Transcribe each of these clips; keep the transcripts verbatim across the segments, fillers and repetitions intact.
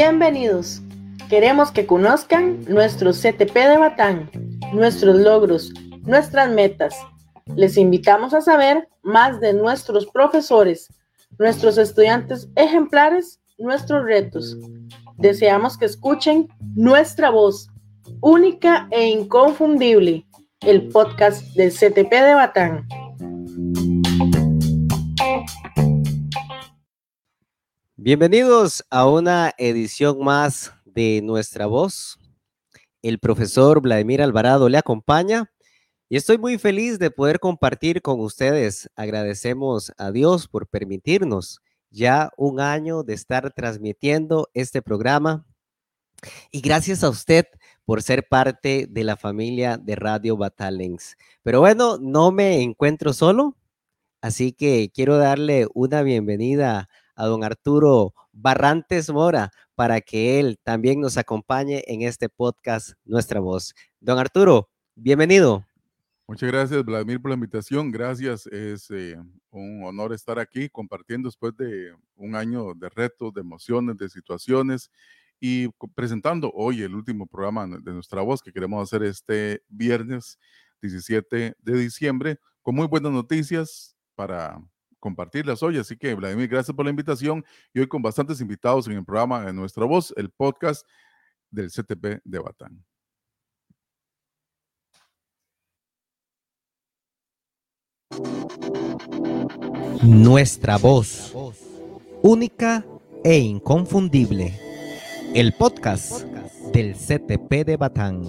Bienvenidos. Queremos que conozcan nuestro C T P de Batán, nuestros logros, nuestras metas. Les invitamos a saber más de nuestros profesores, nuestros estudiantes ejemplares, nuestros retos. Deseamos que escuchen nuestra voz, única e inconfundible, el podcast del C T P de Batán. Bienvenidos a una edición más de Nuestra Voz. El profesor Vladimir Alvarado le acompaña y estoy muy feliz de poder compartir con ustedes. Agradecemos a Dios por permitirnos ya un año de estar transmitiendo este programa y gracias a usted por ser parte de la familia de Radio Batalens. Pero bueno, no me encuentro solo, así que quiero darle una bienvenida a don Arturo Barrantes Mora para que él también nos acompañe en este podcast Nuestra Voz. Don Arturo, bienvenido. Muchas gracias, Vladimir, por la invitación. Gracias, es eh, un honor estar aquí compartiendo después de un año de retos, de emociones, de situaciones y presentando hoy el último programa de Nuestra Voz que queremos hacer este viernes diecisiete de diciembre con muy buenas noticias para compartirlas hoy. Así que, Vladimir, gracias por la invitación y hoy con bastantes invitados en el programa de Nuestra Voz, el podcast del C T P de Batán. Nuestra Voz, única e inconfundible, el podcast del C T P de Batán.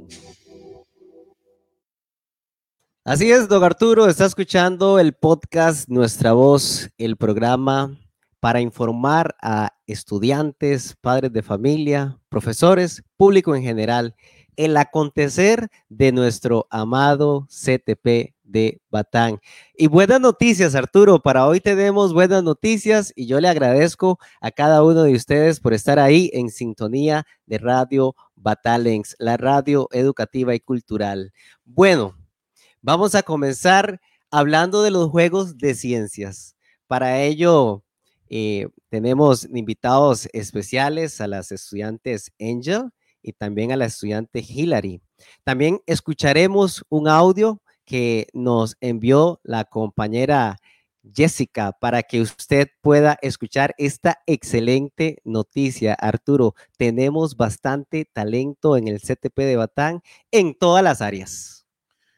Así es, don Arturo, está escuchando el podcast Nuestra Voz, el programa para informar a estudiantes, padres de familia, profesores, público en general, el acontecer de nuestro amado C T P de Batán. Y buenas noticias, Arturo, para hoy tenemos buenas noticias y yo le agradezco a cada uno de ustedes por estar ahí en sintonía de Radio Batalens, la radio educativa y cultural. Bueno, vamos a comenzar hablando de los juegos de ciencias. Para ello, eh, tenemos invitados especiales a las estudiantes Angel y también a la estudiante Hilary. También escucharemos un audio que nos envió la compañera Jessica para que usted pueda escuchar esta excelente noticia. Arturo, tenemos bastante talento en el C T P de Batán en todas las áreas.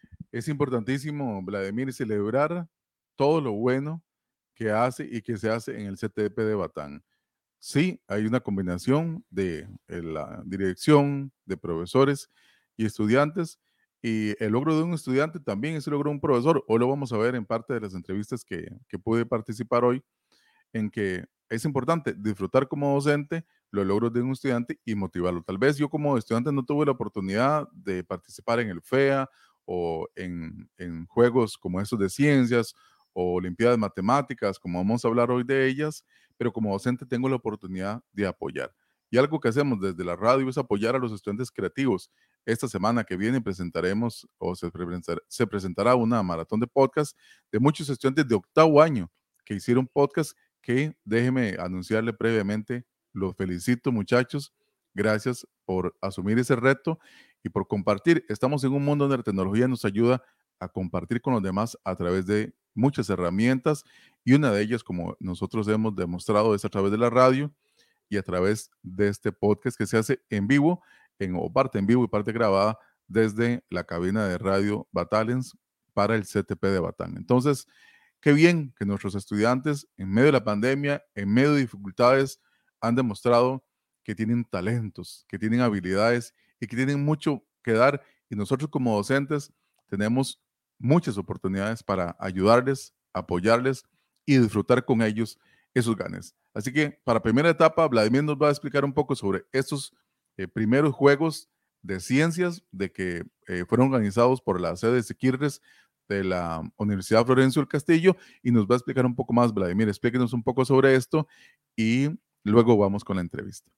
Es importantísimo, Vladimir, celebrar todo lo bueno que hace y que se hace en el C T P de Batán. Sí, hay una combinación de la dirección, de profesores y estudiantes, y el logro de un estudiante también es el logro de un profesor. Hoy lo vamos a ver en parte de las entrevistas que, que pude participar hoy, en que es importante disfrutar como docente los logros de un estudiante y motivarlo. Tal vez yo como estudiante no tuve la oportunidad de participar en el F E A o en, en juegos como estos de ciencias o olimpiadas matemáticas, como vamos a hablar hoy de ellas, pero como docente tengo la oportunidad de apoyar. Y algo que hacemos desde la radio es apoyar a los estudiantes creativos. Esta semana que viene presentaremos o se, presentar, se presentará una maratón de podcast de muchos estudiantes de octavo año que hicieron podcast que, déjeme anunciarle previamente, los felicito, muchachos. Gracias por asumir ese reto y por compartir. Estamos en un mundo donde la tecnología nos ayuda a compartir con los demás a través de muchas herramientas y una de ellas, como nosotros hemos demostrado, es a través de la radio y a través de este podcast que se hace en vivo, en, o parte en vivo y parte grabada desde la cabina de Radio Batalens para el C T P de Batán. Entonces, qué bien que nuestros estudiantes en medio de la pandemia, en medio de dificultades, han demostrado que tienen talentos, que tienen habilidades y que tienen mucho que dar. Y nosotros como docentes tenemos muchas oportunidades para ayudarles, apoyarles y disfrutar con ellos esos ganes. Así que para primera etapa, Vladimir nos va a explicar un poco sobre estos eh, primeros juegos de ciencias de que eh, fueron organizados por la sede de Siquirres de la Universidad Florencio del Castillo y nos va a explicar un poco más. Vladimir, explíquenos un poco sobre esto y luego vamos con la entrevista.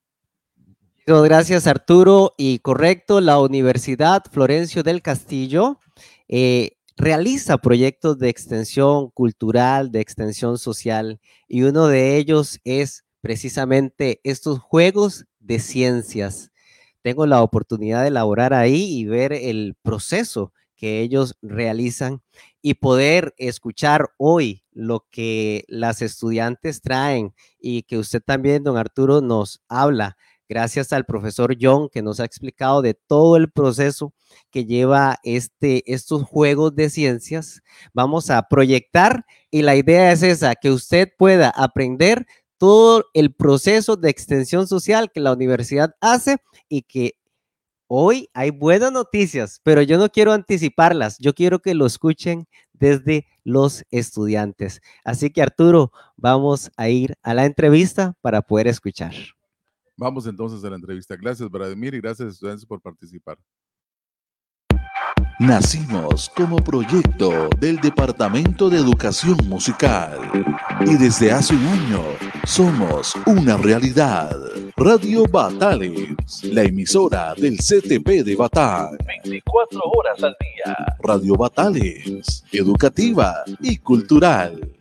Gracias, Arturo. Y correcto, la Universidad Florencio del Castillo eh, realiza proyectos de extensión cultural, de extensión social, y uno de ellos es precisamente estos juegos de Ciencias. Tengo la oportunidad de laborar ahí y ver el proceso que ellos realizan y poder escuchar hoy lo que las estudiantes traen y que usted también, don Arturo, nos habla, gracias al profesor John, que nos ha explicado de todo el proceso que lleva este, estos juegos de ciencias. Vamos a proyectar y la idea es esa, que usted pueda aprender todo el proceso de extensión social que la universidad hace y que hoy hay buenas noticias, pero yo no quiero anticiparlas, yo quiero que lo escuchen desde los estudiantes. Así que Arturo, vamos a ir a la entrevista para poder escuchar. Vamos entonces a la entrevista. Gracias, Vladimir, y gracias, estudiantes, por participar. Nacimos como proyecto del Departamento de Educación Musical y desde hace un año somos una realidad. Radio Batales, la emisora del C T P de Batán. veinticuatro horas al día. Radio Batales, educativa y cultural.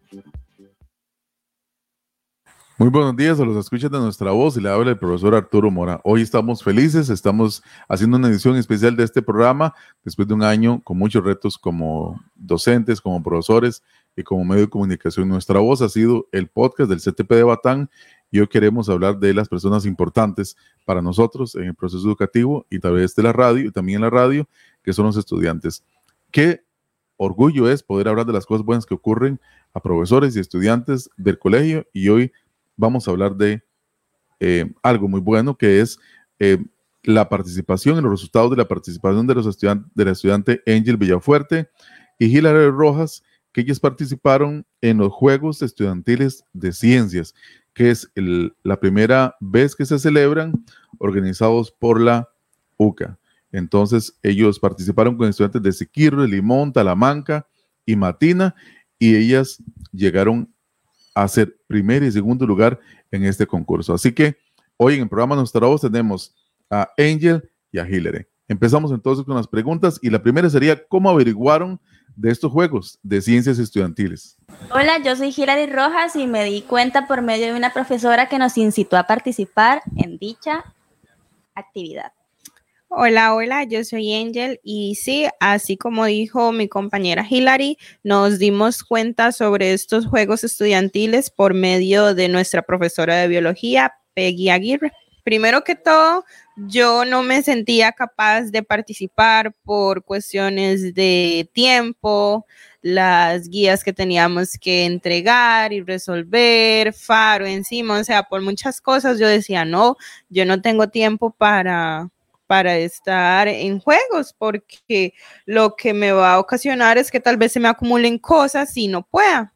Muy buenos días a los escuchas de Nuestra Voz y le habla el profesor Arturo Mora. Hoy estamos felices, estamos haciendo una edición especial de este programa después de un año con muchos retos como docentes, como profesores y como medio de comunicación. Nuestra Voz ha sido el podcast del C T P de Batán y hoy queremos hablar de las personas importantes para nosotros en el proceso educativo y tal vez de la radio y también en la radio, que son los estudiantes. Qué orgullo es poder hablar de las cosas buenas que ocurren a profesores y estudiantes del colegio, y hoy vamos a hablar de eh, algo muy bueno, que es eh, la participación, en los resultados de la participación de, los estudiantes, de la estudiante Angel Villafuerte y Hilary Rojas, que ellas participaron en los Juegos Estudiantiles de Ciencias, que es el, la primera vez que se celebran, organizados por la U C A. Entonces, ellos participaron con estudiantes de Siquirres, Limón, Talamanca y Matina, y ellas llegaron a hacer primer y segundo lugar en este concurso. Así que hoy en el programa Nuestra Voz tenemos a Angel y a Hilary. Empezamos entonces con las preguntas y la primera sería: ¿cómo averiguaron de estos Juegos de Ciencias Estudiantiles? Hola, yo soy Hilary Rojas y me di cuenta por medio de una profesora que nos incitó a participar en dicha actividad. Hola, hola, yo soy Angel y sí, así como dijo mi compañera Hilary, nos dimos cuenta sobre estos juegos estudiantiles por medio de nuestra profesora de biología, Peggy Aguirre. Primero que todo, yo no me sentía capaz de participar por cuestiones de tiempo, las guías que teníamos que entregar y resolver, Faro encima, o sea, por muchas cosas yo decía, no, yo no tengo tiempo para... para estar en juegos, porque lo que me va a ocasionar es que tal vez se me acumulen cosas y no pueda.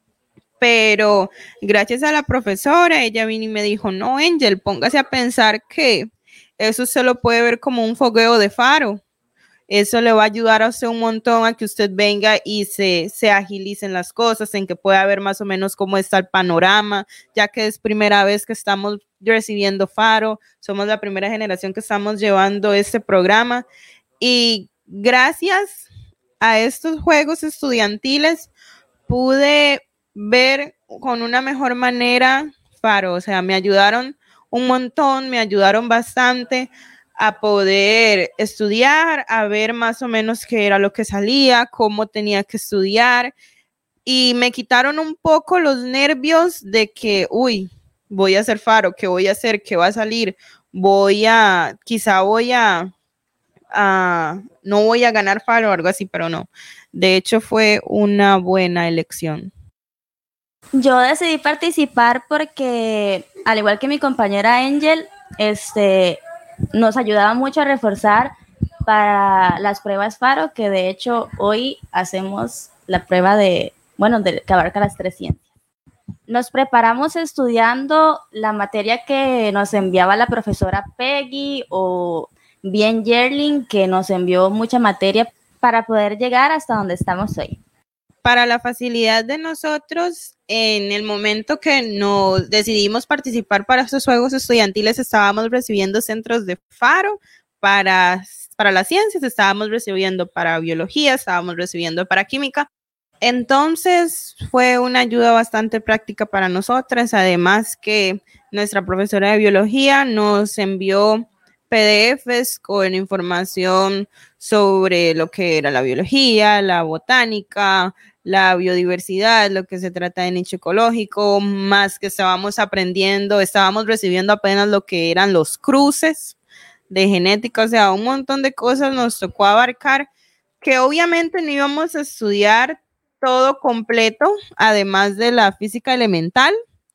Pero gracias a la profesora, ella vino y me dijo, no, Angel, póngase a pensar que eso se lo puede ver como un fogueo de faro. Eso le va a ayudar a usted un montón a que usted venga y se, se agilicen las cosas, en que pueda ver más o menos cómo está el panorama, ya que es primera vez que estamos recibiendo Faro, somos la primera generación que estamos llevando este programa, y gracias a estos juegos estudiantiles pude ver con una mejor manera Faro, o sea, me ayudaron un montón, me ayudaron bastante a poder estudiar, a ver más o menos qué era lo que salía, cómo tenía que estudiar, y me quitaron un poco los nervios de que, uy, voy a hacer Faro, ¿qué voy a hacer? ¿Qué va a salir? Voy a, quizá voy a, a no voy a ganar Faro o algo así, pero no. De hecho, fue una buena elección. Yo decidí participar porque, al igual que mi compañera Angel, este... nos ayudaba mucho a reforzar para las pruebas Faro, que de hecho hoy hacemos la prueba de, bueno, de, que abarca las tres ciencias. Nos preparamos estudiando la materia que nos enviaba la profesora Peggy o bien Yerling, que nos envió mucha materia para poder llegar hasta donde estamos hoy. Para la facilidad de nosotros, en el momento que nos decidimos participar para estos juegos estudiantiles, estábamos recibiendo centros de Faro para, para las ciencias, estábamos recibiendo para biología, estábamos recibiendo para química, Entonces fue una ayuda bastante práctica para nosotras, además que nuestra profesora de biología nos envió P D Fs con información sobre lo que era la biología, la botánica, la biodiversidad, lo que se trata de nicho ecológico, más que estábamos aprendiendo, estábamos recibiendo apenas lo que eran los cruces de genética, o sea, un montón de cosas nos tocó abarcar que obviamente no íbamos a estudiar todo completo, además de la física elemental,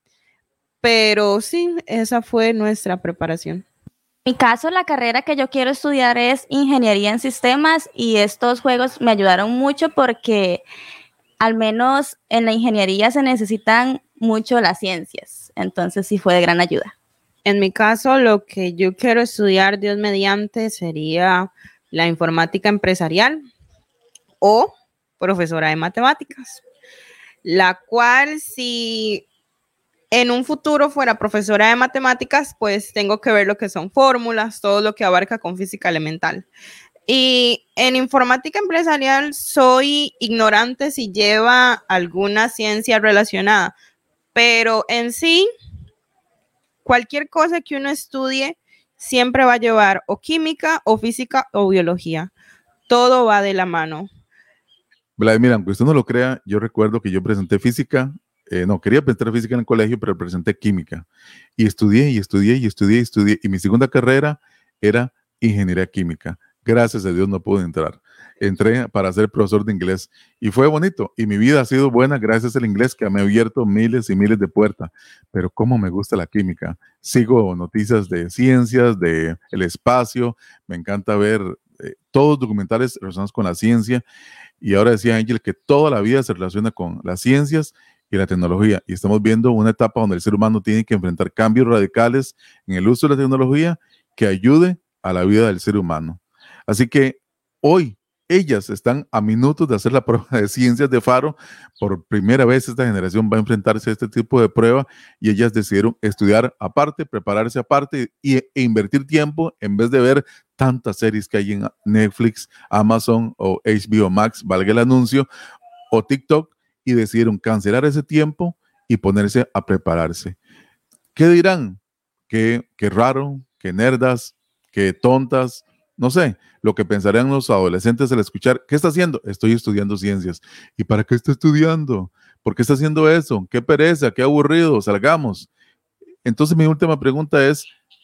pero sí, esa fue nuestra preparación. En mi caso, la carrera que yo quiero estudiar es ingeniería en sistemas y estos juegos me ayudaron mucho porque al menos en la ingeniería se necesitan mucho las ciencias, entonces sí fue de gran ayuda. En mi caso, lo que yo quiero estudiar, Dios mediante, sería la informática empresarial o profesora de matemáticas, la cual si en un futuro fuera profesora de matemáticas, pues tengo que ver lo que son fórmulas, todo lo que abarca con física elemental. Y en informática empresarial soy ignorante si lleva alguna ciencia relacionada, pero en sí, cualquier cosa que uno estudie siempre va a llevar o química o física o biología. Todo va de la mano. Vladimir, aunque usted no lo crea, yo recuerdo que yo presenté física, eh, no, quería presentar física en el colegio, pero presenté química. Y estudié y estudié y estudié y estudié. Y mi segunda carrera era ingeniería química. Gracias a Dios no pude entrar. Entré para ser profesor de inglés y fue bonito. Y mi vida ha sido buena gracias al inglés que me ha abierto miles y miles de puertas. Pero cómo me gusta la química. Sigo noticias de ciencias, de el espacio. Me encanta ver eh, todos documentales relacionados con la ciencia. Y ahora decía Ángel que toda la vida se relaciona con las ciencias y la tecnología. Y estamos viendo una etapa donde el ser humano tiene que enfrentar cambios radicales en el uso de la tecnología que ayude a la vida del ser humano. Así que hoy ellas están a minutos de hacer la prueba de ciencias de Faro. Por primera vez esta generación va a enfrentarse a este tipo de prueba y ellas decidieron estudiar aparte, prepararse aparte y, e invertir tiempo en vez de ver tantas series que hay en Netflix, Amazon o H B O Max, valga el anuncio, o TikTok, y decidieron cancelar ese tiempo y ponerse a prepararse. ¿Qué dirán? ¿Qué, qué raro? ¿Qué nerdas? ¿Qué tontas? No sé, lo que pensarían los adolescentes al escuchar, ¿qué está haciendo? Estoy estudiando ciencias. ¿Y para qué está estudiando? ¿Por qué está haciendo eso? ¡Qué pereza! ¡Qué aburrido! Salgamos. Entonces mi última pregunta es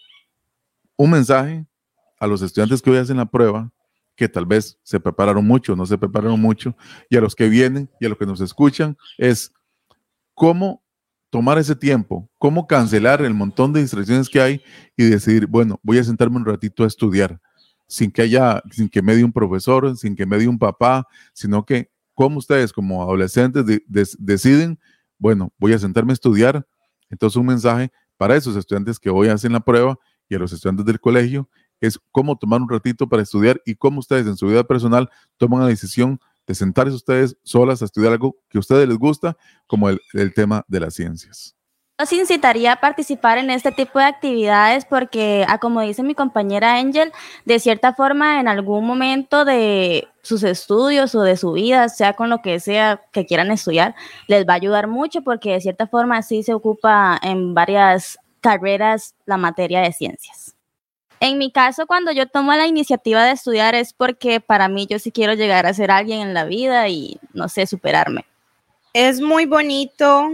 un mensaje a los estudiantes que hoy hacen la prueba, que tal vez se prepararon mucho, no se prepararon mucho, y a los que vienen y a los que nos escuchan, es cómo tomar ese tiempo, cómo cancelar el montón de distracciones que hay y decidir, bueno, voy a sentarme un ratito a estudiar, sin que haya, sin que me dé un profesor, sin que me dé un papá, sino que como ustedes como adolescentes de, de, deciden, bueno, voy a sentarme a estudiar. Entonces un mensaje para esos estudiantes que hoy hacen la prueba y a los estudiantes del colegio es cómo tomar un ratito para estudiar y cómo ustedes en su vida personal toman la decisión de sentarse ustedes solas a estudiar algo que a ustedes les gusta, como el, el tema de las ciencias. Los incitaría a participar en este tipo de actividades porque, a como dice mi compañera Angel, de cierta forma en algún momento de sus estudios o de su vida, sea con lo que sea que quieran estudiar, les va a ayudar mucho porque de cierta forma sí se ocupa en varias carreras la materia de ciencias. En mi caso, cuando yo tomo la iniciativa de estudiar es porque para mí yo sí quiero llegar a ser alguien en la vida y, no sé, superarme. Es muy bonito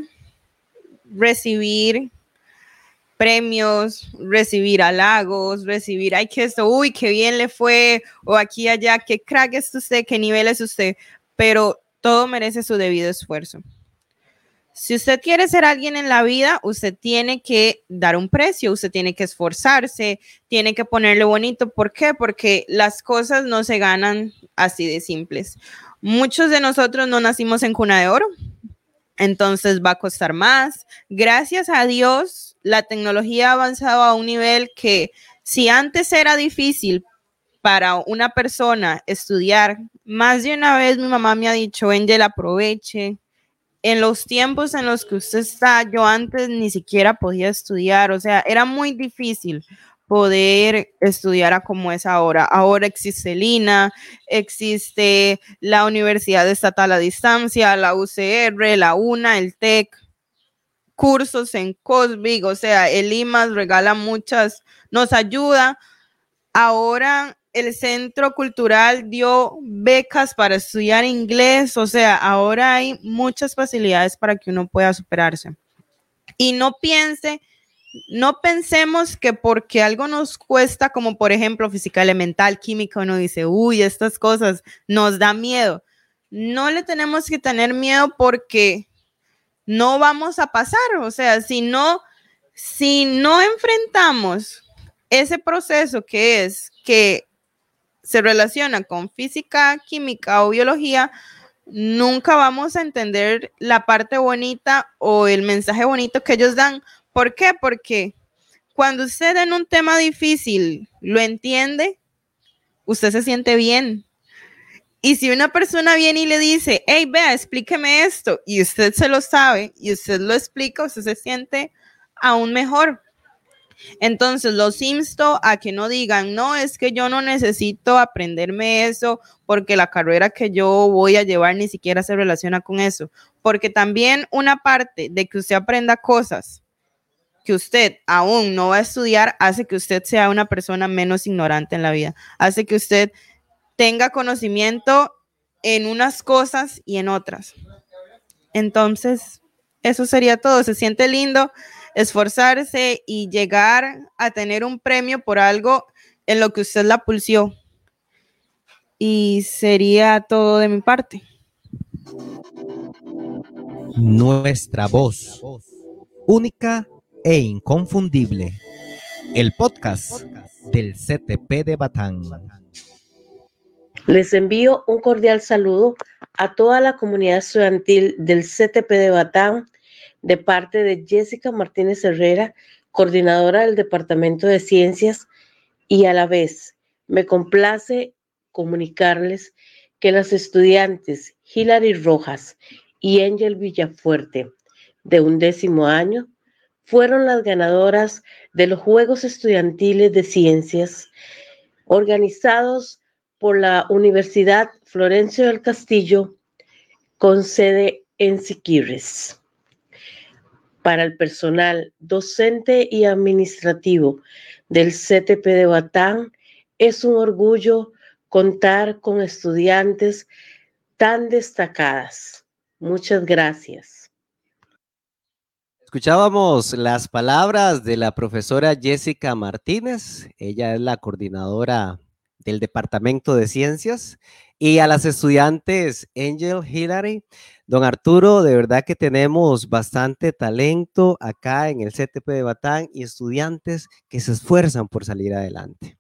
recibir premios, recibir halagos, recibir, ay, que esto, uy, qué bien le fue, o aquí, allá, qué crack es usted, qué nivel es usted, pero todo merece su debido esfuerzo. Si usted quiere ser alguien en la vida, usted tiene que dar un precio, usted tiene que esforzarse, tiene que ponerle bonito. ¿Por qué? Porque las cosas no se ganan así de simples. Muchos de nosotros no nacimos en cuna de oro, entonces va a costar más. Gracias a Dios, la tecnología ha avanzado a un nivel que si antes era difícil para una persona estudiar, más de una vez mi mamá me ha dicho, Angel, aproveche. En los tiempos en los que usted está, yo antes ni siquiera podía estudiar, o sea, era muy difícil poder estudiar a como es ahora. Ahora existe el I N A, existe la Universidad Estatal a Distancia, la U C R, la U N A, el TEC, cursos en COSBIC, o sea, el I M A S regala muchas, nos ayuda. Ahora el Centro Cultural dio becas para estudiar inglés, o sea, ahora hay muchas facilidades para que uno pueda superarse. Y no piense, no pensemos que porque algo nos cuesta, como por ejemplo física elemental, química, uno dice, uy, estas cosas nos da miedo. No le tenemos que tener miedo porque no vamos a pasar, o sea, si no, si no enfrentamos ese proceso que es que se relaciona con física, química o biología, nunca vamos a entender la parte bonita o el mensaje bonito que ellos dan. ¿Por qué? Porque cuando usted en un tema difícil lo entiende, usted se siente bien. Y si una persona viene y le dice, hey, vea, explíqueme esto, y usted se lo sabe, y usted lo explica, usted se siente aún mejor. Entonces los insto a que no digan, no, es que yo no necesito aprenderme eso porque la carrera que yo voy a llevar ni siquiera se relaciona con eso. Porque también una parte de que usted aprenda cosas que usted aún no va a estudiar hace que usted sea una persona menos ignorante en la vida. Hace que usted tenga conocimiento en unas cosas y en otras. Entonces, eso sería todo. Se siente lindo esforzarse y llegar a tener un premio por algo en lo que usted la pulsió. Y sería todo de mi parte. Nuestra voz, única e inconfundible. El podcast del C T P de Batán. Les envío un cordial saludo a toda la comunidad estudiantil del C T P de Batán, de parte de Jessica Martínez Herrera, coordinadora del Departamento de Ciencias, y a la vez me complace comunicarles que las estudiantes Hilary Rojas y Angel Villafuerte, de undécimo año, fueron las ganadoras de los Juegos Estudiantiles de Ciencias organizados por la Universidad Florencio del Castillo, con sede en Siquirres. Para el personal docente y administrativo del C T P de Batán, es un orgullo contar con estudiantes tan destacadas. Muchas gracias. Escuchábamos las palabras de la profesora Jessica Martínez. Ella es la coordinadora del Departamento de Ciencias, y a las estudiantes Angel, Hilary. Don Arturo, de verdad que tenemos bastante talento acá en el C T P de Batán y estudiantes que se esfuerzan por salir adelante.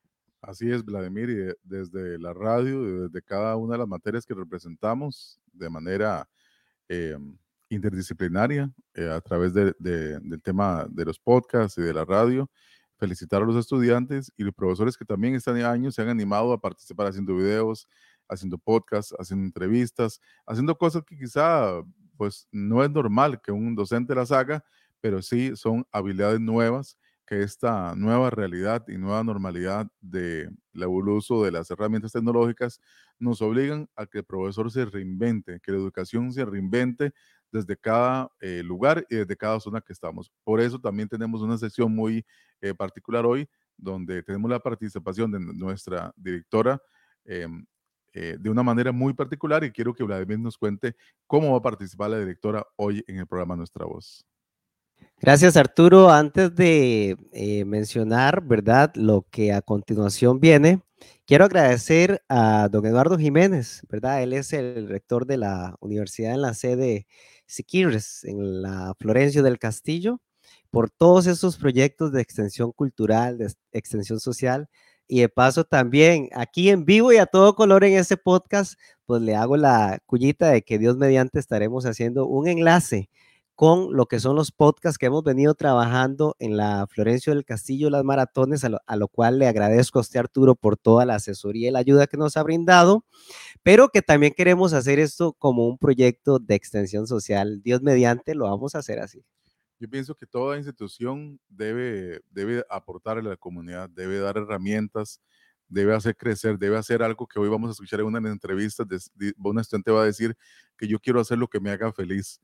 Así es, Vladimir, y de, desde la radio, desde cada una de las materias que representamos de manera eh, interdisciplinaria, eh, a través de, de, del tema de los podcasts y de la radio, felicitar a los estudiantes y los profesores que también este año se han animado a participar haciendo videos, haciendo podcasts, haciendo entrevistas, haciendo cosas que quizá pues no es normal que un docente las haga, pero sí son habilidades nuevas que esta nueva realidad y nueva normalidad del uso de las herramientas tecnológicas nos obligan a que el profesor se reinvente, que la educación se reinvente desde cada eh, lugar y desde cada zona que estamos. Por eso también tenemos una sección muy eh, particular hoy, donde tenemos la participación de nuestra directora eh, eh, de una manera muy particular, y quiero que Vladimir nos cuente cómo va a participar la directora hoy en el programa Nuestra Voz. Gracias, Arturo. Antes de eh, mencionar, ¿verdad?, lo que a continuación viene, quiero agradecer a don Eduardo Jiménez, ¿verdad? Él es el rector de la universidad en la sede Siquirres, en la Florencio del Castillo, por todos esos proyectos de extensión cultural, de extensión social, y de paso también aquí en vivo y a todo color en este podcast, pues le hago la cuñita de que Dios mediante estaremos haciendo un enlace con lo que son los podcasts que hemos venido trabajando en la Florencio del Castillo, las maratones, a lo, a lo cual le agradezco a usted, Arturo, por toda la asesoría y la ayuda que nos ha brindado, pero que también queremos hacer esto como un proyecto de extensión social. Dios mediante, lo vamos a hacer así. Yo pienso que toda institución debe, debe aportar a la comunidad, debe dar herramientas, debe hacer crecer, debe hacer algo que hoy vamos a escuchar en una de las entrevistas. De, de, una estudiante va a decir que yo quiero hacer lo que me haga feliz.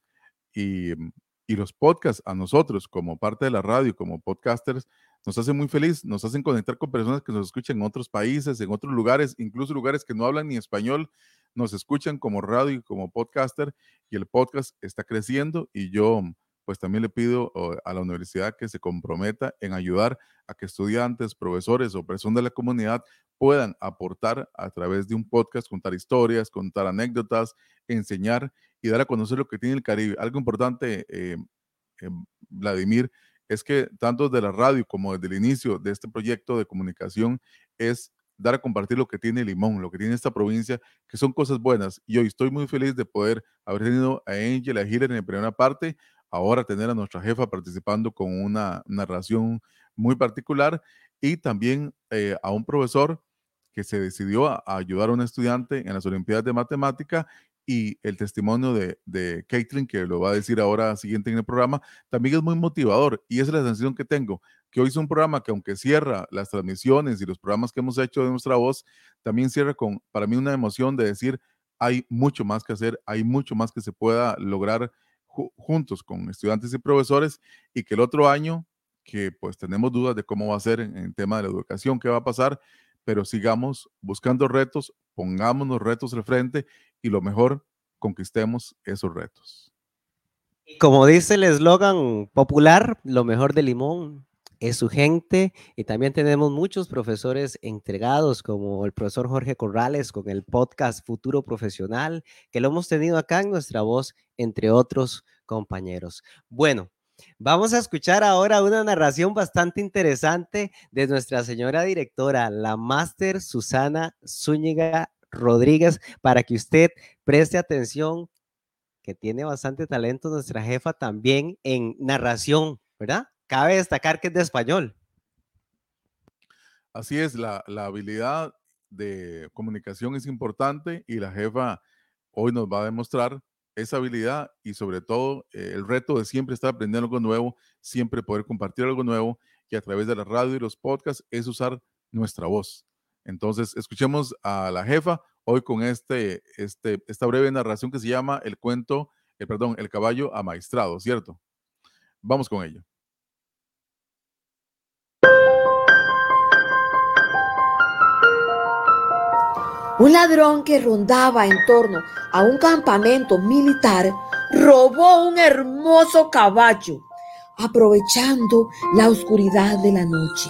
Y, y los podcasts a nosotros, como parte de la radio, como podcasters, nos hacen muy feliz, nos hacen conectar con personas que nos escuchan en otros países, en otros lugares, incluso lugares que no hablan ni español, nos escuchan como radio y como podcaster, y el podcast está creciendo, y yo pues también le pido uh, a la universidad que se comprometa en ayudar a que estudiantes, profesores o personas de la comunidad puedan aportar a través de un podcast, contar historias, contar anécdotas, enseñar y dar a conocer lo que tiene el Caribe. Algo importante, eh, eh, Vladimir, es que tanto desde la radio como desde el inicio de este proyecto de comunicación es dar a compartir lo que tiene Limón, lo que tiene esta provincia, que son cosas buenas. Y hoy estoy muy feliz de poder haber tenido a Angel, a Hillary en la primera parte, ahora tener a nuestra jefa participando con una narración muy particular y también eh, a un profesor que se decidió a, a ayudar a un estudiante en las Olimpiadas de Matemática, y el testimonio de, de Caitlin, que lo va a decir ahora siguiente en el programa, también es muy motivador, y esa es la sensación que tengo, que hoy es un programa que aunque cierra las transmisiones y los programas que hemos hecho de Nuestra Voz, también cierra con, para mí, una emoción de decir, hay mucho más que hacer, hay mucho más que se pueda lograr ju- juntos con estudiantes y profesores, y que el otro año, que pues tenemos dudas de cómo va a ser en el tema de la educación, qué va a pasar, pero sigamos buscando retos, pongámonos retos al frente y lo mejor, conquistemos esos retos. Como dice el eslogan popular, lo mejor de Limón es su gente, y también tenemos muchos profesores entregados, como el profesor Jorge Corrales con el podcast Futuro Profesional, que lo hemos tenido acá en Nuestra Voz, entre otros compañeros. Bueno, vamos a escuchar ahora una narración bastante interesante de nuestra señora directora, la máster Susana Zúñiga Rodríguez, para que usted preste atención, que tiene bastante talento nuestra jefa también en narración, ¿verdad? Cabe destacar que es de español. Así es, la, la habilidad de comunicación es importante, y la jefa hoy nos va a demostrar esa habilidad, y sobre todo eh, el reto de siempre estar aprendiendo algo nuevo, siempre poder compartir algo nuevo, y a través de la radio y los podcasts es usar nuestra voz. Entonces, escuchemos a la jefa hoy con este, este, esta breve narración que se llama El cuento, eh, perdón, El caballo amaestrado, ¿cierto? Vamos con ello. Un ladrón que rondaba en torno a un campamento militar robó un hermoso caballo, aprovechando la oscuridad de la noche.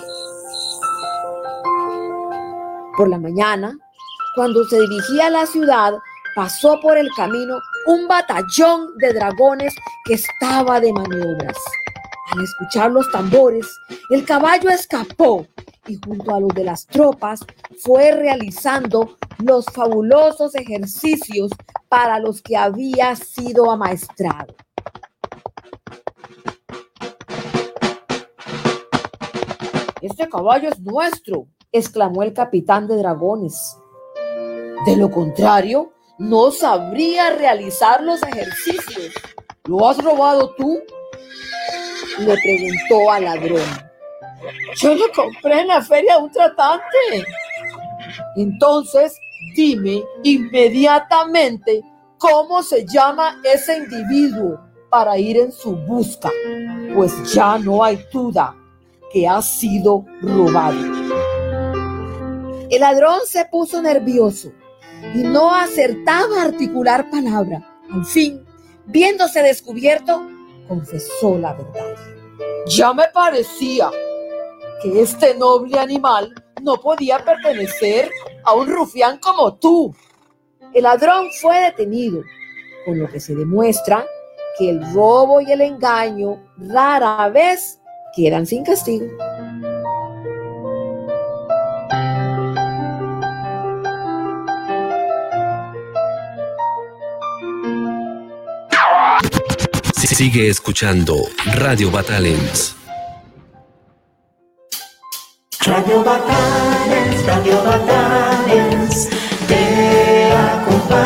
Por la mañana, cuando se dirigía a la ciudad, pasó por el camino un batallón de dragones que estaba de maniobras. Al escuchar los tambores, el caballo escapó y junto a los de las tropas fue realizando los fabulosos ejercicios para los que había sido amaestrado. «Este caballo es nuestro», exclamó el capitán de dragones. «De lo contrario, no sabría realizar los ejercicios. ¿Lo has robado tú?», le preguntó al ladrón. «Yo lo compré en la feria de un tratante». «Entonces, dime inmediatamente cómo se llama ese individuo para ir en su busca, pues ya no hay duda que ha sido robado». El ladrón se puso nervioso y no acertaba a articular palabra. Al fin, viéndose descubierto, confesó la verdad. «Ya me parecía que este noble animal no podía pertenecer a un rufián como tú». El ladrón fue detenido, con lo que se demuestra que el robo y el engaño rara vez quedan sin castigo. Sigue escuchando Radio Batalens. Radio Batalens, Radio Batalens, te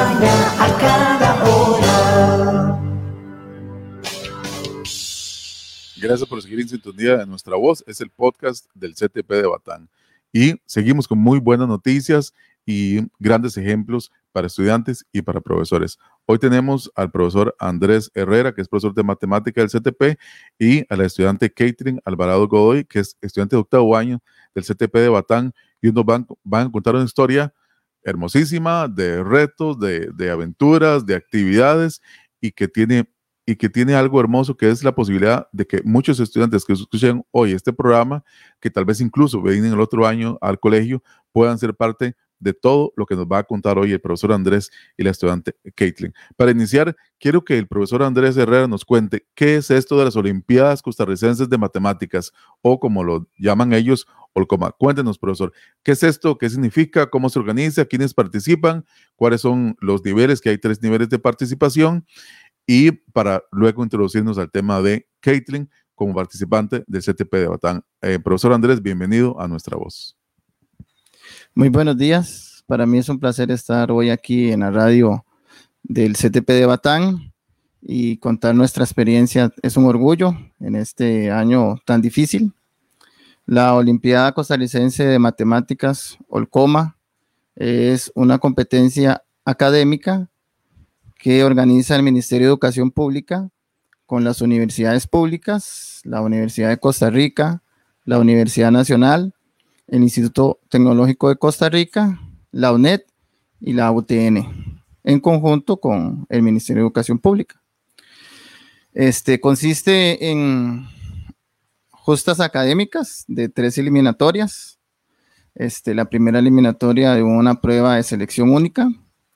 acompaña a cada hora. Gracias por seguir en sintonía de Nuestra Voz. Es el podcast del C T P de Batán. Y seguimos con muy buenas noticias y grandes ejemplos para estudiantes y para profesores. Hoy tenemos al profesor Andrés Herrera, que es profesor de matemática del C T P, y a la estudiante Catherine Alvarado Godoy, que es estudiante de octavo año del C T P de Batán, y nos van, van a contar una historia hermosísima de retos, de, de aventuras, de actividades, y que tiene y que tiene algo hermoso, que es la posibilidad de que muchos estudiantes que escuchen hoy este programa, que tal vez incluso vienen el otro año al colegio, puedan ser parte de todo lo que nos va a contar hoy el profesor Andrés y la estudiante Caitlin. Para iniciar, quiero que el profesor Andrés Herrera nos cuente qué es esto de las Olimpiadas Costarricenses de Matemáticas, o como lo llaman ellos, Olcoma. Cuéntenos, profesor, ¿qué es esto? ¿Qué significa? ¿Cómo se organiza? ¿Quiénes participan? ¿Cuáles son los niveles? Que hay tres niveles de participación. Y para luego introducirnos al tema de Caitlin como participante del C T P de Batán. Eh, profesor Andrés, bienvenido a Nuestra Voz. Muy buenos días. Para mí es un placer estar hoy aquí en la radio del C T P de Batán y contar nuestra experiencia. Es un orgullo en este año tan difícil. La Olimpiada Costarricense de Matemáticas, Olcoma, es una competencia académica que organiza el Ministerio de Educación Pública con las universidades públicas, la Universidad de Costa Rica, la Universidad Nacional, el Instituto Tecnológico de Costa Rica, la U N E D y la U T N, en conjunto con el Ministerio de Educación Pública. Este consiste en justas académicas de tres eliminatorias. Este, la primera eliminatoria de una prueba de selección única.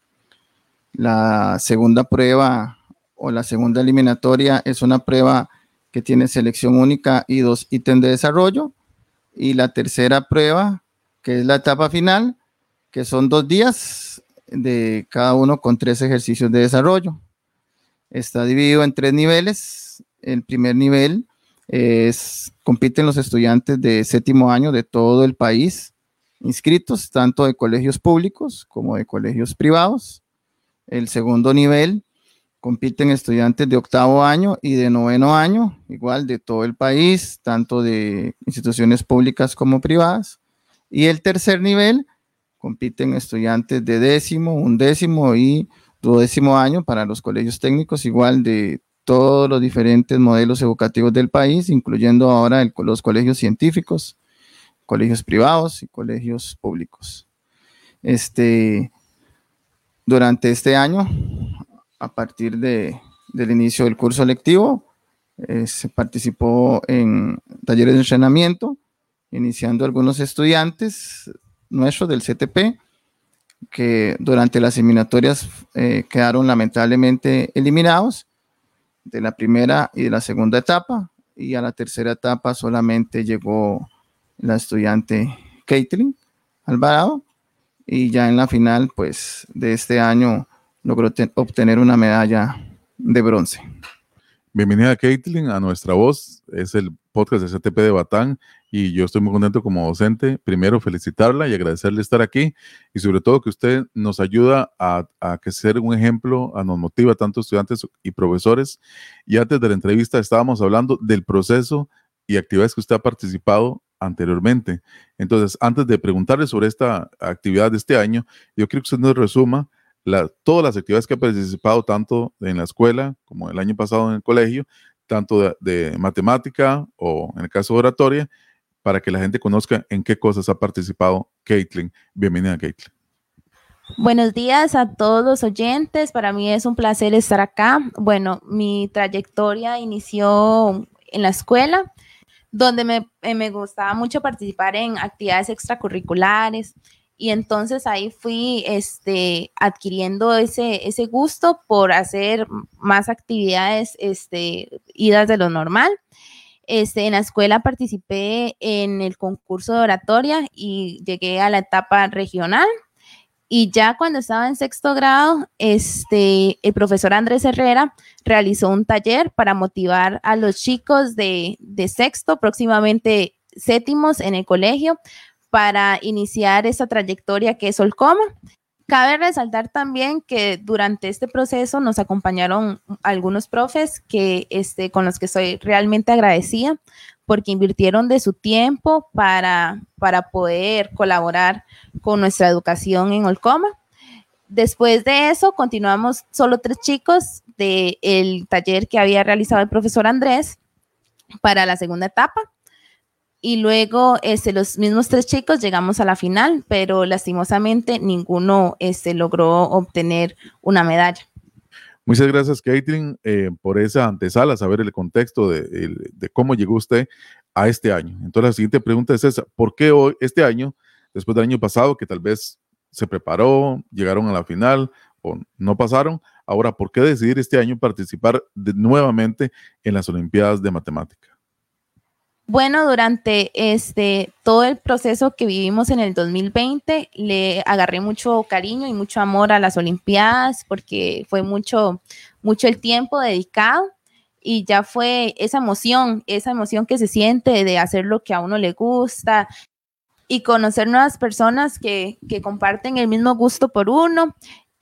La segunda prueba o la segunda eliminatoria es una prueba que tiene selección única y dos ítems de desarrollo. Y la tercera prueba, que es la etapa final, que son dos días de cada uno con tres ejercicios de desarrollo. Está dividido en tres niveles. El primer nivel es, compiten los estudiantes de séptimo año de todo el país, inscritos tanto de colegios públicos como de colegios privados. El segundo nivel compiten estudiantes de octavo año y de noveno año, igual de todo el país, tanto de instituciones públicas como privadas. Y el tercer nivel compiten estudiantes de décimo, undécimo y duodécimo año para los colegios técnicos, igual de todos los diferentes modelos educativos del país, incluyendo ahora el, los colegios científicos, colegios privados y colegios públicos. Este... Durante este año, a partir de, del inicio del curso lectivo, eh, se participó en talleres de entrenamiento, iniciando algunos estudiantes nuestros del C T P, que durante las eliminatorias eh, quedaron lamentablemente eliminados de la primera y de la segunda etapa, y a la tercera etapa solamente llegó la estudiante Caitlin Alvarado, y ya en la final, pues, de este año logró te- obtener una medalla de bronce. Bienvenida, Caitlin, a Nuestra Voz. Es el podcast de C T P de Batán y yo estoy muy contento como docente. Primero, felicitarla y agradecerle estar aquí, y sobre todo que usted nos ayuda a, a que ser un ejemplo, a nos motiva a tantos estudiantes y profesores. Y antes de la entrevista estábamos hablando del proceso y actividades que usted ha participado anteriormente. Entonces, antes de preguntarle sobre esta actividad de este año, yo quiero que usted nos resuma la, todas las actividades que ha participado, tanto en la escuela como el año pasado en el colegio, tanto de, de matemática o en el caso de oratoria, para que la gente conozca en qué cosas ha participado Caitlin. Bienvenida, Caitlin. Buenos días a todos los oyentes. Para mí es un placer estar acá. Bueno, mi trayectoria inició en la escuela, donde me, eh, me gustaba mucho participar en actividades extracurriculares, y entonces ahí fui este, adquiriendo ese, ese gusto por hacer más actividades este, idas de lo normal. Este, en la escuela participé en el concurso de oratoria y llegué a la etapa regional. Y ya cuando estaba en sexto grado, este, el profesor Andrés Herrera realizó un taller para motivar a los chicos de, de sexto, próximamente séptimos en el colegio, para iniciar esta trayectoria que es Olcoma. Cabe resaltar también que durante este proceso nos acompañaron algunos profes que, este, con los que soy realmente agradecida porque invirtieron de su tiempo para, para poder colaborar con nuestra educación en Olcoma. Después de eso, continuamos solo tres chicos del taller que había realizado el profesor Andrés para la segunda etapa. Y luego este, los mismos tres chicos llegamos a la final, pero lastimosamente ninguno este, logró obtener una medalla. Muchas gracias, Caitlin, eh, por esa antesala, saber el contexto de, de, de cómo llegó usted a este año. Entonces, la siguiente pregunta es esa: ¿por qué hoy, este año, después del año pasado, que tal vez se preparó, llegaron a la final o no pasaron, ahora, ¿por qué decidir este año participar de, nuevamente en las Olimpiadas de Matemática? Bueno, durante este, todo el proceso que vivimos en el dos mil veinte, le agarré mucho cariño y mucho amor a las Olimpiadas porque fue mucho, mucho el tiempo dedicado y ya fue esa emoción, esa emoción que se siente de hacer lo que a uno le gusta y conocer nuevas personas que, que comparten el mismo gusto por uno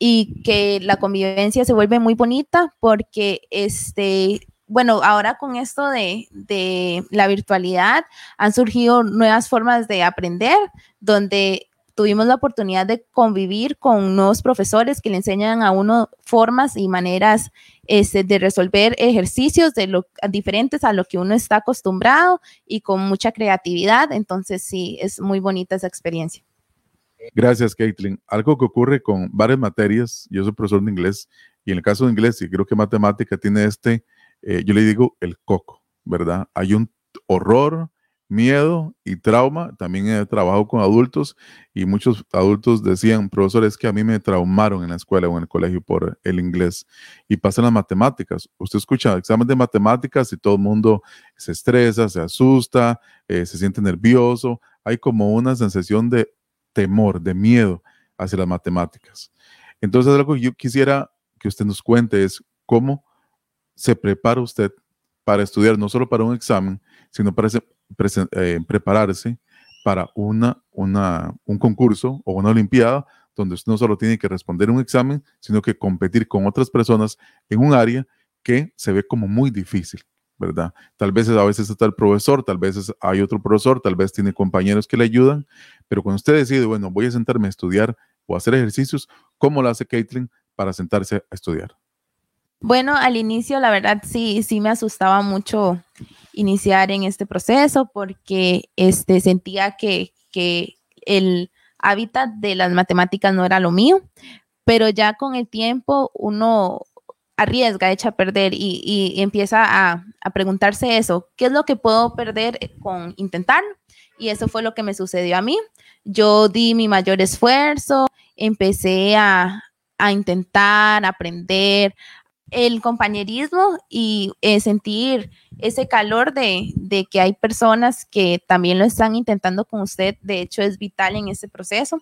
y que la convivencia se vuelve muy bonita porque este... Bueno, ahora con esto de, de la virtualidad han surgido nuevas formas de aprender, donde tuvimos la oportunidad de convivir con nuevos profesores que le enseñan a uno formas y maneras este, de resolver ejercicios de lo, diferentes a lo que uno está acostumbrado y con mucha creatividad. Entonces, sí, es muy bonita esa experiencia. Gracias, Caitlin. Algo que ocurre con varias materias, yo soy profesor de inglés, y en el caso de inglés, y creo que matemática tiene este... Eh, yo le digo el coco, ¿verdad? Hay un horror, miedo y trauma. También he trabajado con adultos y muchos adultos decían: profesor, es que a mí me traumaron en la escuela o en el colegio por el inglés. Y pasan las matemáticas. Usted escucha examen de matemáticas y todo el mundo se estresa, se asusta, eh, se siente nervioso. Hay como una sensación de temor, de miedo hacia las matemáticas. Entonces, algo que yo quisiera que usted nos cuente es cómo se prepara usted para estudiar, no solo para un examen, sino para ese, presen, eh, prepararse para una, una, un concurso o una olimpiada donde usted no solo tiene que responder un examen, sino que competir con otras personas en un área que se ve como muy difícil, ¿verdad? Tal vez a veces está el profesor, tal vez hay otro profesor, tal vez tiene compañeros que le ayudan, pero cuando usted decide, bueno, voy a sentarme a estudiar o a hacer ejercicios, ¿cómo lo hace Caitlin para sentarse a estudiar? Bueno, al inicio, la verdad, sí, sí me asustaba mucho iniciar en este proceso porque este, sentía que, que el hábitat de las matemáticas no era lo mío, pero ya con el tiempo uno arriesga, echa a perder y, y empieza a, a preguntarse eso: ¿qué es lo que puedo perder con intentarlo? Y eso fue lo que me sucedió a mí. Yo di mi mayor esfuerzo, empecé a, a intentar, aprender, el compañerismo y eh, sentir ese calor de, de que hay personas que también lo están intentando con usted, de hecho es vital en este proceso.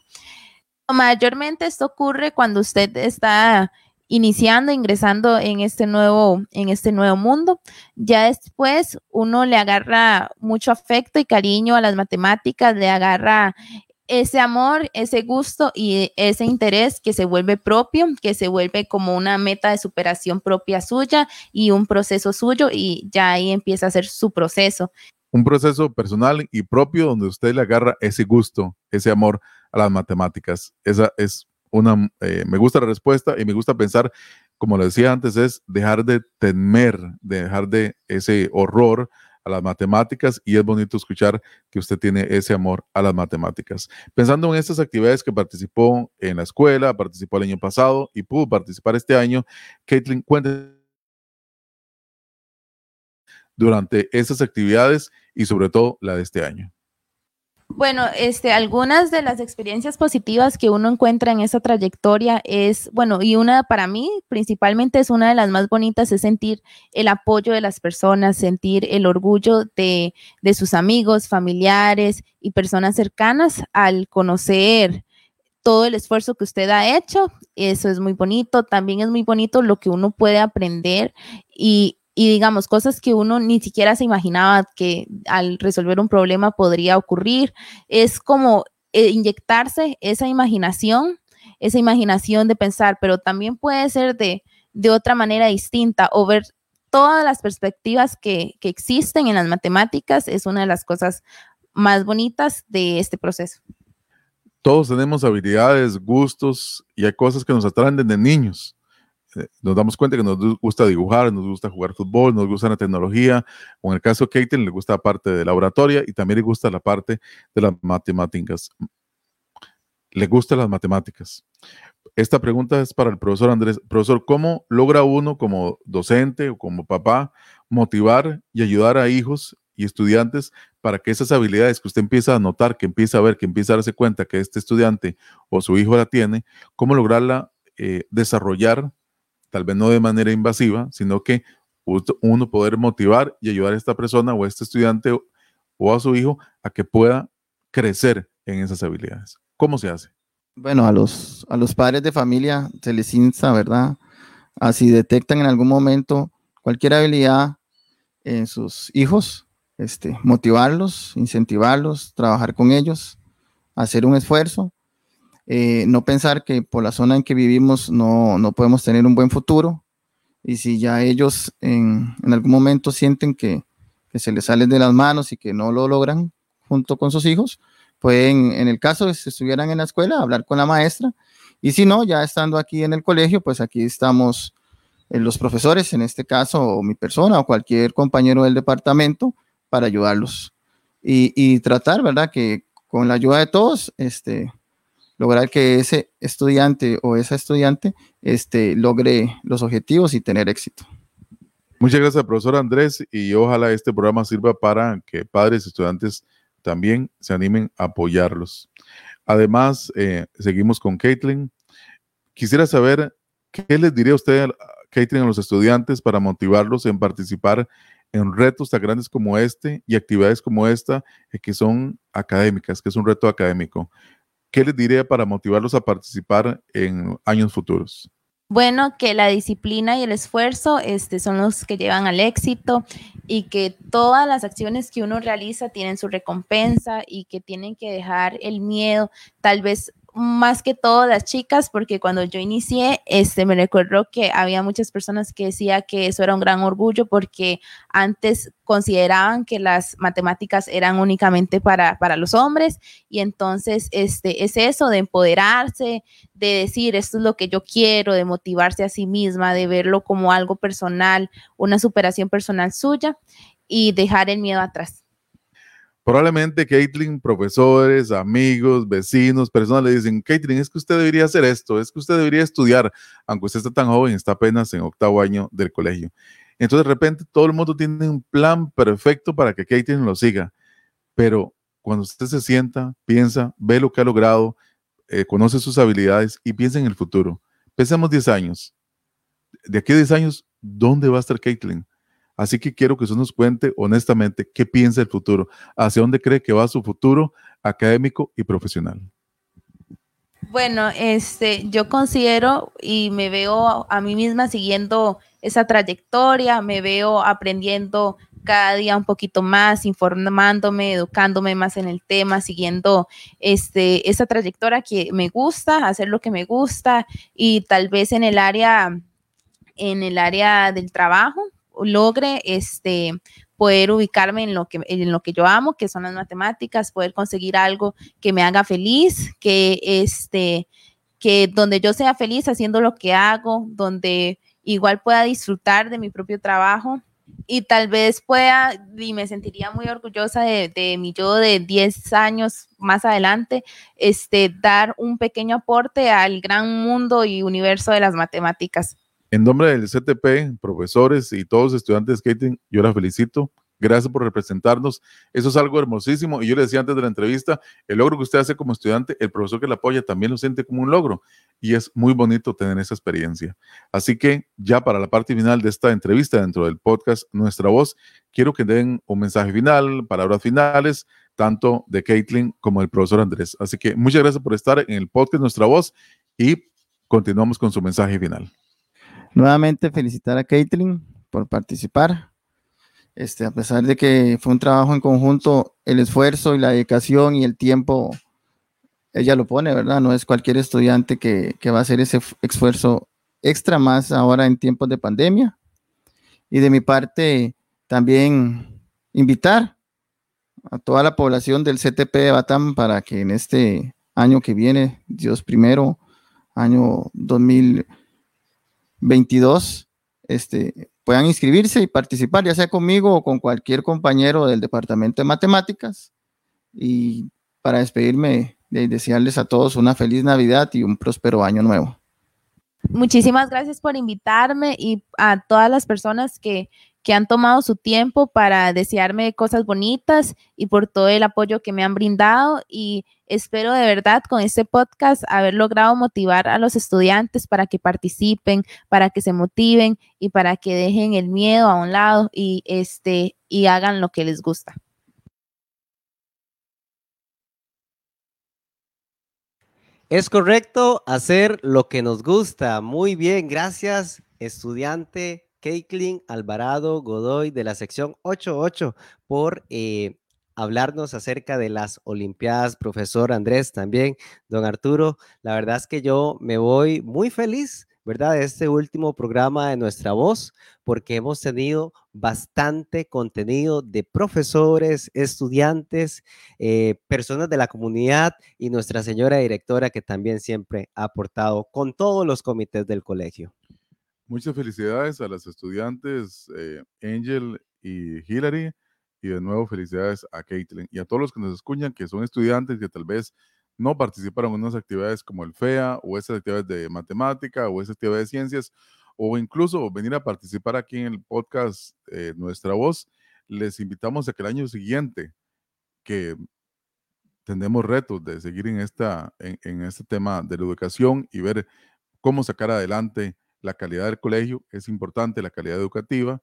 Mayormente esto ocurre cuando usted está iniciando, ingresando en este nuevo, en este nuevo mundo. Ya después uno le agarra mucho afecto y cariño a las matemáticas, le agarra ese amor, ese gusto y ese interés que se vuelve propio, que se vuelve como una meta de superación propia suya y un proceso suyo, y ya ahí empieza a ser su proceso. Un proceso personal y propio donde usted le agarra ese gusto, ese amor a las matemáticas. Esa es una, eh, me gusta la respuesta y me gusta pensar, como le decía antes, es dejar de temer, de dejar de ese horror a las matemáticas, y es bonito escuchar que usted tiene ese amor a las matemáticas. Pensando en estas actividades que participó en la escuela, participó el año pasado y pudo participar este año, Caitlin, cuénteme durante estas actividades y sobre todo la de este año. Bueno, este, algunas de las experiencias positivas que uno encuentra en esa trayectoria es, bueno, y una para mí principalmente es una de las más bonitas, es sentir el apoyo de las personas, sentir el orgullo de, de sus amigos, familiares y personas cercanas al conocer todo el esfuerzo que usted ha hecho. Eso es muy bonito. También es muy bonito lo que uno puede aprender y Y digamos, cosas que uno ni siquiera se imaginaba que al resolver un problema podría ocurrir. Es como eh, inyectarse esa imaginación esa imaginación de pensar, pero también puede ser de, de otra manera distinta o ver todas las perspectivas que, que existen en las matemáticas. Es una de las cosas más bonitas de este proceso. Todos tenemos habilidades, gustos y hay cosas que nos atraen desde niños. Eh, Nos damos cuenta que nos gusta dibujar, nos gusta jugar fútbol, nos gusta la tecnología, o en el caso de Caitlin le gusta la parte de la oratoria y también le gusta la parte de las matemáticas. Le gustan las matemáticas. Esta pregunta es para el profesor Andrés. Profesor, ¿cómo logra uno como docente o como papá motivar y ayudar a hijos y estudiantes para que esas habilidades que usted empieza a notar, que empieza a ver, que empieza a darse cuenta que este estudiante o su hijo la tiene, cómo lograrla eh, desarrollar, tal vez no de manera invasiva, sino que uno poder motivar y ayudar a esta persona o a este estudiante o, o a su hijo a que pueda crecer en esas habilidades? ¿Cómo se hace? Bueno, a los, a los padres de familia se les insta, ¿verdad? Así detectan en algún momento cualquier habilidad en sus hijos, este, motivarlos, incentivarlos, trabajar con ellos, hacer un esfuerzo, eh, no pensar que por la zona en que vivimos no, no podemos tener un buen futuro, y si ya ellos en, en algún momento sienten que, que se les sale de las manos y que no lo logran junto con sus hijos, pueden, en el caso de si estuvieran en la escuela, hablar con la maestra, y si no, ya estando aquí en el colegio, pues aquí estamos eh, los profesores, en este caso, o mi persona, o cualquier compañero del departamento, para ayudarlos. Y, y tratar, ¿verdad?, que con la ayuda de todos, este, lograr que ese estudiante o esa estudiante este, logre los objetivos y tener éxito. Muchas gracias, profesor Andrés, y ojalá este programa sirva para que padres y estudiantes también se animen a apoyarlos. Además, eh, seguimos con Caitlin. Quisiera saber qué les diría usted, Caitlin, a los estudiantes para motivarlos en participar en retos tan grandes como este y actividades como esta, eh, que son académicas, que es un reto académico. ¿Qué les diría para motivarlos a participar en años futuros? Bueno, que la disciplina y el esfuerzo este, son los que llevan al éxito y que todas las acciones que uno realiza tienen su recompensa y que tienen que dejar el miedo, tal vez más que todo las chicas, porque cuando yo inicié, este, me recuerdo que había muchas personas que decían que eso era un gran orgullo porque antes consideraban que las matemáticas eran únicamente para, para los hombres, y entonces este, es eso de empoderarse, de decir esto es lo que yo quiero, de motivarse a sí misma, de verlo como algo personal, una superación personal suya y dejar el miedo atrás. Probablemente Caitlin, profesores, amigos, vecinos, personas le dicen: Caitlin, es que usted debería hacer esto, es que usted debería estudiar, aunque usted está tan joven, está apenas en octavo año del colegio. Entonces de repente todo el mundo tiene un plan perfecto para que Caitlin lo siga, pero cuando usted se sienta, piensa, ve lo que ha logrado, eh, conoce sus habilidades y piensa en el futuro. Pensemos diez años. De aquí a diez años, ¿dónde va a estar Caitlin? Así que quiero que usted nos cuente honestamente qué piensa el futuro, hacia dónde cree que va su futuro académico y profesional. Bueno, este, yo considero y me veo a mí misma siguiendo esa trayectoria, me veo aprendiendo cada día un poquito más, informándome, educándome más en el tema, siguiendo este, esa trayectoria que me gusta, hacer lo que me gusta, y tal vez en el área, en el área del trabajo logre este, poder ubicarme en lo, que, en lo que yo amo, que son las matemáticas, poder conseguir algo que me haga feliz, que, este, que donde yo sea feliz haciendo lo que hago, donde igual pueda disfrutar de mi propio trabajo y tal vez pueda, y me sentiría muy orgullosa de, de mi yo de diez años más adelante, este, dar un pequeño aporte al gran mundo y universo de las matemáticas. En nombre del C T P, profesores y todos los estudiantes de Caitlin, yo la felicito. Gracias por representarnos. Eso es algo hermosísimo. Y yo le decía antes de la entrevista, el logro que usted hace como estudiante, el profesor que la apoya también lo siente como un logro. Y es muy bonito tener esa experiencia. Así que ya para la parte final de esta entrevista dentro del podcast Nuestra Voz, quiero que den un mensaje final, palabras finales, tanto de Caitlin como del profesor Andrés. Así que muchas gracias por estar en el podcast Nuestra Voz y continuamos con su mensaje final. Nuevamente felicitar a Caitlin por participar. Este, a pesar de que fue un trabajo en conjunto, el esfuerzo y la dedicación y el tiempo ella lo pone, ¿verdad? No es cualquier estudiante que, que va a hacer ese esfuerzo extra más ahora en tiempos de pandemia. Y de mi parte, también invitar a toda la población del C T P de Batán para que en este año que viene, Dios primero, año dos mil veintidós, este, puedan inscribirse y participar, ya sea conmigo o con cualquier compañero del Departamento de Matemáticas. Y para despedirme, de desearles a todos una feliz Navidad y un próspero año nuevo. Muchísimas gracias por invitarme y a todas las personas que, que han tomado su tiempo para desearme cosas bonitas y por todo el apoyo que me han brindado, y espero de verdad con este podcast haber logrado motivar a los estudiantes para que participen, para que se motiven y para que dejen el miedo a un lado y, este, y hagan lo que les gusta. Es correcto hacer lo que nos gusta. Muy bien, gracias, estudiante Caitlin Alvarado Godoy de la sección ochenta y ocho por eh, hablarnos acerca de las Olimpiadas. Profesor Andrés también, don Arturo, la verdad es que yo me voy muy feliz, ¿verdad? De este último programa de Nuestra Voz, porque hemos tenido bastante contenido de profesores, estudiantes, eh, personas de la comunidad y nuestra señora directora, que también siempre ha aportado con todos los comités del colegio. Muchas felicidades a las estudiantes eh, Angel y Hilary, y de nuevo felicidades a Caitlin y a todos los que nos escuchan, que son estudiantes que tal vez no participaron en unas actividades como el F E A o esas actividades de matemática o esas actividades de ciencias, o incluso venir a participar aquí en el podcast eh, Nuestra Voz. Les invitamos a que el año siguiente, que tendremos retos de seguir en, esta, en, en este tema de la educación y ver cómo sacar adelante la calidad del colegio. Es importante la calidad educativa,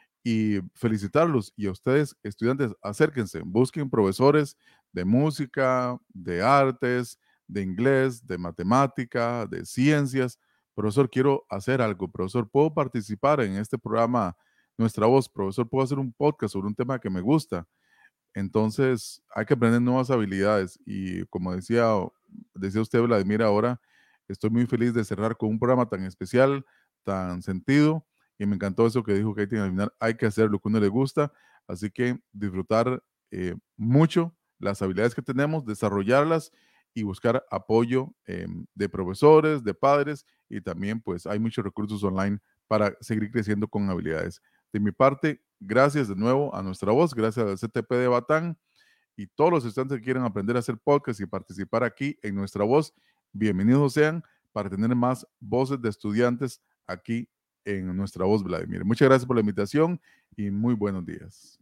y felicitarlos. Y a ustedes, estudiantes, acérquense, busquen profesores de música, de artes, de inglés, de matemática, de ciencias. Profesor, quiero hacer algo. Profesor, ¿puedo participar en este programa Nuestra Voz? Profesor, ¿puedo hacer un podcast sobre un tema que me gusta? Entonces, hay que aprender nuevas habilidades. Y como decía, decía usted, Vladimir, ahora estoy muy feliz de cerrar con un programa tan especial, tan sentido. Y me encantó eso que dijo Katie al final: hay que hacer lo que a uno le gusta. Así que disfrutar eh, mucho las habilidades que tenemos, desarrollarlas y buscar apoyo eh, de profesores, de padres, y también pues hay muchos recursos online para seguir creciendo con habilidades. De mi parte, gracias de nuevo a Nuestra Voz, gracias al C T P de Batán y todos los estudiantes que quieran aprender a hacer podcast y participar aquí en Nuestra Voz. Bienvenidos sean para tener más voces de estudiantes aquí en Nuestra Voz, Vladimir. Muchas gracias por la invitación y muy buenos días.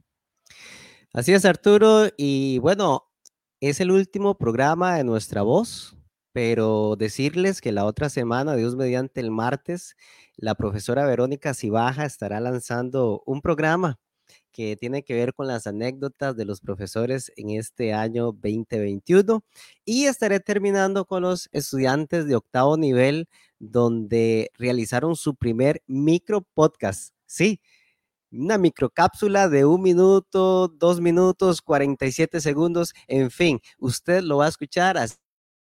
Así es, Arturo, y bueno, es el último programa de Nuestra Voz, pero decirles que la otra semana, Dios mediante, el martes, la profesora Verónica Cibaja estará lanzando un programa que tiene que ver con las anécdotas de los profesores en este año veinte veintiuno, y estaré terminando con los estudiantes de octavo nivel, donde realizaron su primer micro podcast. Sí, una microcápsula de un minuto, dos minutos, cuarenta y siete segundos, en fin, usted lo va a escuchar así.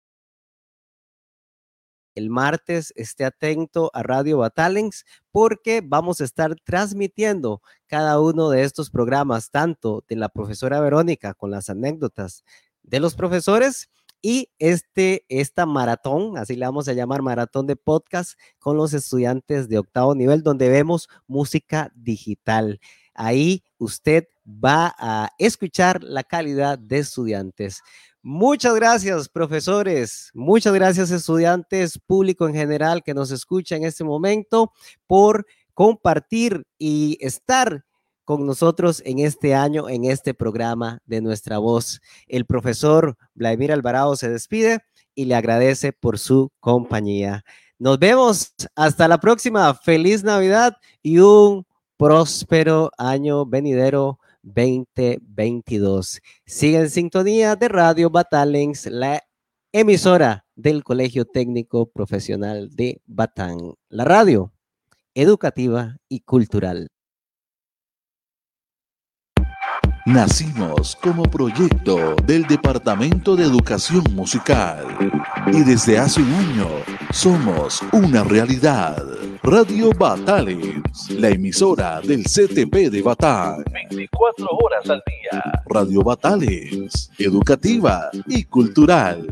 El martes esté atento a Radio Batalens, porque vamos a estar transmitiendo cada uno de estos programas, tanto de la profesora Verónica con las anécdotas de los profesores, y este, esta maratón, así le vamos a llamar, maratón de podcast con los estudiantes de octavo nivel, donde vemos música digital. Ahí usted va a escuchar la calidad de estudiantes. Muchas gracias, profesores. Muchas gracias, estudiantes, público en general que nos escucha en este momento, por compartir y estar con nosotros en este año, en este programa de Nuestra Voz. El profesor Vladimir Alvarado se despide y le agradece por su compañía. Nos vemos hasta la próxima. Feliz Navidad y un próspero año venidero veinte veintidós. Sigue en sintonía de Radio Batalens, la emisora del Colegio Técnico Profesional de Batán, la radio educativa y cultural. Nacimos como proyecto del Departamento de Educación Musical y desde hace un año somos una realidad. Radio Batalens, la emisora del C T P de Batán. veinticuatro horas al día. Radio Batalens, educativa y cultural.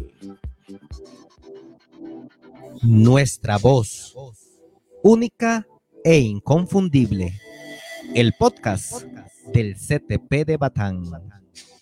Nuestra voz, única e inconfundible. El podcast del C T P de Batán.